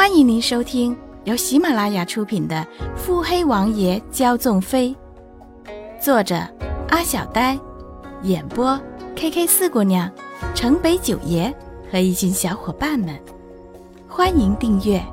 欢迎您收听由喜马拉雅出品的《腹黑王爷骄纵妃》，作者阿小呆，演播 KK 四姑娘、城北九爷和一群小伙伴们。欢迎订阅。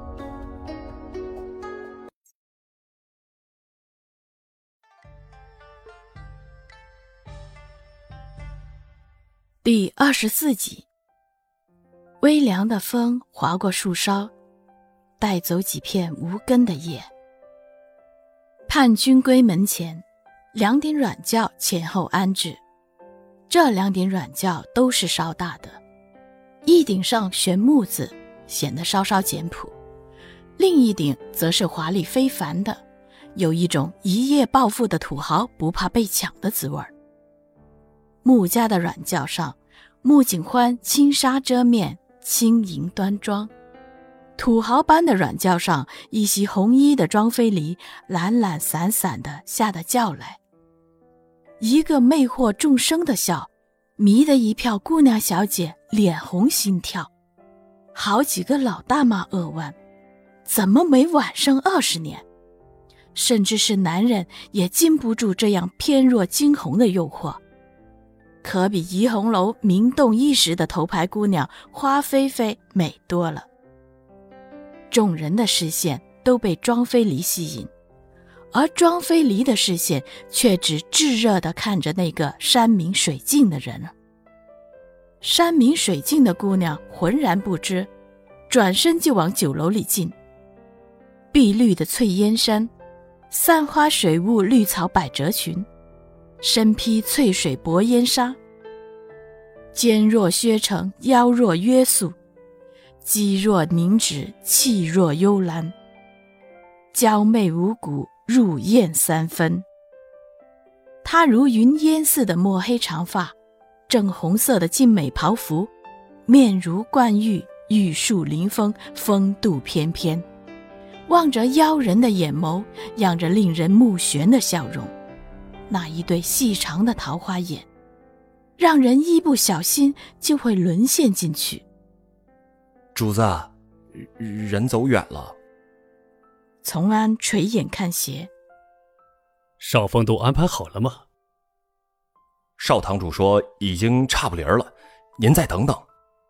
第24集。微凉的风划过树梢，带走几片无根的叶。叛军归门前，2顶软轿前后安置。这2顶软轿都是稍大的，一顶上悬木子，显得稍稍简朴，另一顶则是华丽非凡的，有一种一夜暴富的土豪不怕被抢的滋味。穆家的软轿上，穆景欢轻纱遮面，轻盈端庄；土豪般的软轿上，一袭红衣的庄妃梨懒懒散散地下得轿来。一个魅惑众生的笑，迷得一票姑娘小姐脸红心跳。好几个老大妈扼腕，怎么没晚生20年？甚至是男人也禁不住这样翩若惊鸿的诱惑。可比怡红楼名动一时的头牌姑娘花妃妃美多了。众人的视线都被庄妃梨吸引，而庄妃梨的视线却只炙热地看着那个山明水净的人。山明水净的姑娘浑然不知，转身就往酒楼里进。碧绿的翠烟衫，散花水雾绿草百褶裙，身披翠水薄烟纱，肩若削成，腰若约素，肌若凝脂，气若幽兰，娇媚无骨，入艳3分。她如云烟似的墨黑长发，正红色的精美袍服，面如冠玉，玉树临风，风度翩翩，望着妖人的眼眸，漾着令人目眩的笑容。那一对细长的桃花眼，让人一不小心就会沦陷进去。 主子，人走远了。 从安垂眼看斜。 少峰都安排好了吗？ 少堂主说已经差不离儿了，您再等等。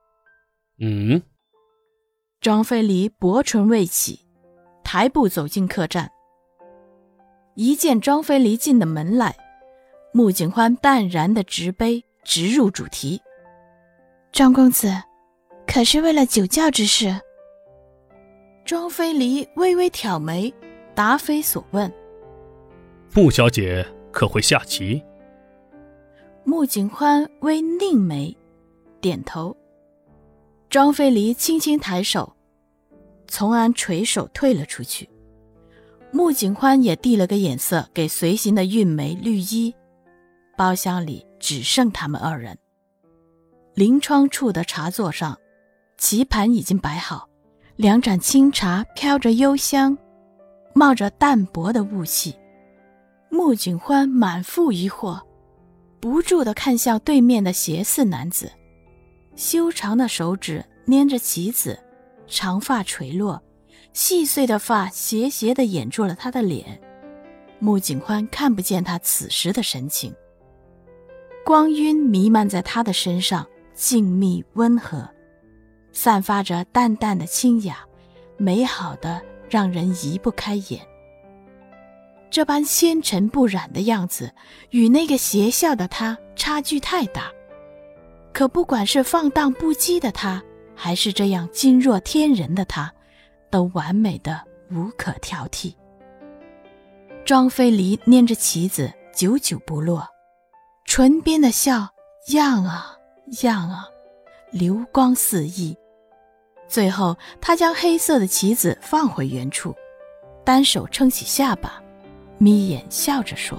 庄妃梨薄唇未起，抬步走进客栈。一见庄妃梨进的门来，穆景欢淡然的执杯，直入主题。 庄公子，可是为了酒教之事？ 庄妃梨微微挑眉，答非所问。 穆小姐可会下棋？ 穆景欢微拧眉，点头。庄妃梨轻轻抬手，从安垂手退了出去。穆景欢也递了个眼色给随行的韵梅、绿衣。包厢里只剩他们2人。临窗处的茶座上，棋盘已经摆好，2盏清茶飘着幽香，冒着淡薄的雾气。穆景欢满腹疑惑，不住地看向对面的斜四男子，修长的手指拈着棋子，长发垂落，细碎的发斜斜地掩住了他的脸。穆景欢看不见他此时的神情。光晕弥漫在他的身上，静谧温和，散发着淡淡的清雅，美好的让人移不开眼。这般纤尘不染的样子，与那个邪笑的他差距太大。可不管是放荡不羁的他，还是这样惊若天人的他，都完美的无可挑剔。庄妃梨拈着棋子，久久不落，唇边的笑漾啊漾啊，流光四溢。最后他将黑色的棋子放回原处，单手撑起下巴，眯眼笑着说：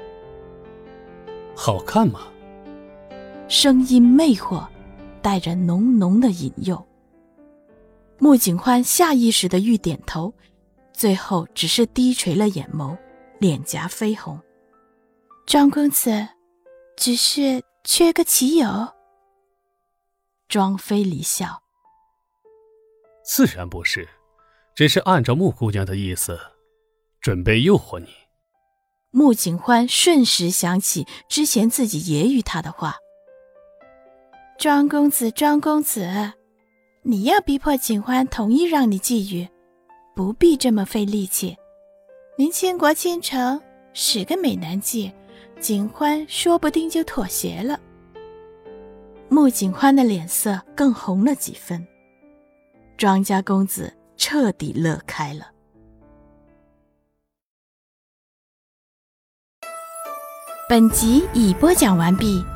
好看吗？ 声音魅惑，带着浓浓的引诱。穆景欢下意识地欲点头，最后只是低垂了眼眸，脸颊绯红。 庄公子，只是缺个棋友。 庄妃梨笑。 自然不是，只是按照穆姑娘的意思，准备诱惑你。 穆景欢瞬时想起之前自己揶揄他的话。 庄公子，庄公子，你要逼迫景欢同意让你觊觎，不必这么费力气。您倾国倾城，使个美男计，景欢说不定就妥协了。 穆景欢的脸色更红了几分，庄家公子彻底乐开了。 本集已播讲完毕。